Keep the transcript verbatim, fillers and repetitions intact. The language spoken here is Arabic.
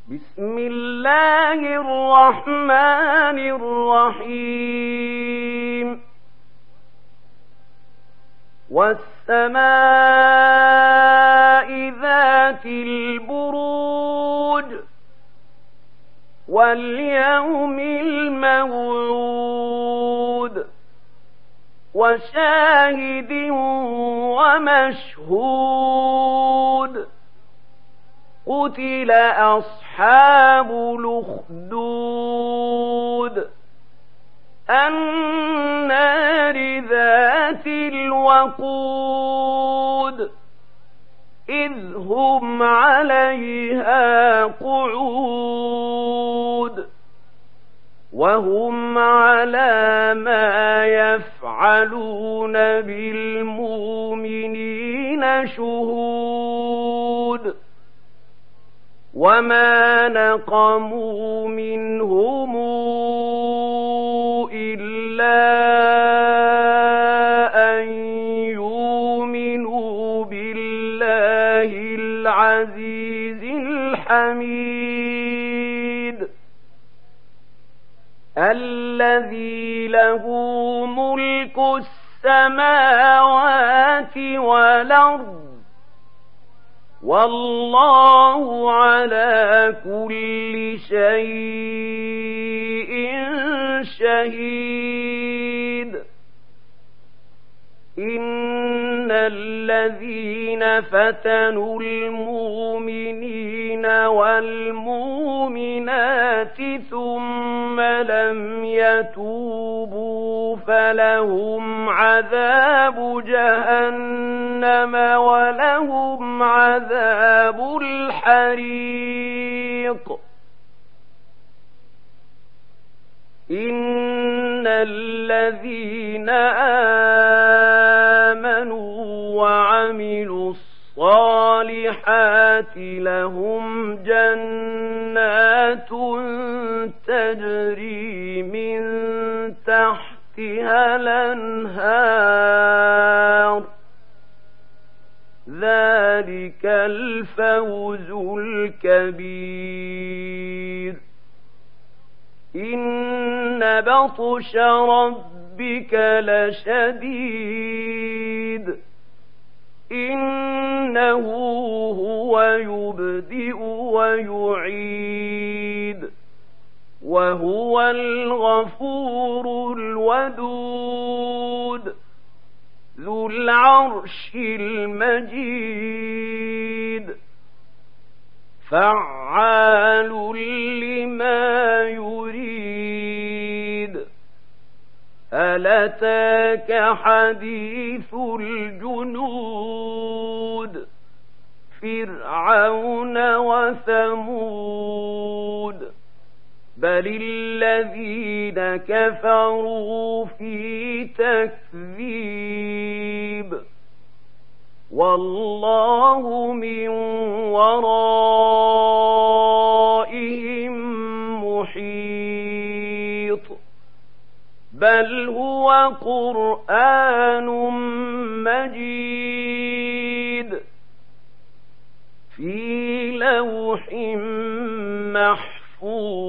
بسم الله الرحمن الرحيم والسماء ذات البروج واليوم الموعود وشاهد ومشهود قتل أصحاب الأخدود النار ذات الوقود إذ هم عليها قعود وهم على ما يفعلون بالمؤمنين شهود وما نقموا منهم إلا أن يؤمنوا بالله العزيز الحميد الذي له ملك السماوات والأرض والله على كل شيء شهيد إن الذين فتنوا المؤمنين والمؤمنات ثم لم يتوبوا فلهم عذاب جهنم ولهم عذاب الحريق إن الذين آمنوا وعملوا الصالحات لهم جنات تجري من تحتها الأنهار ذلك الفوز الكبير إن بطش ربك لشديد إنه هو يبدئ ويعيد وهو الغفور الودود ذو العرش المجيد فعال لما يريد هل أتاك حديث الجنود فرعون وثمود بل الذين كفروا في تكذيب والله من ورائهم محيط بل هو قرآن مجيد في لوح محفوظ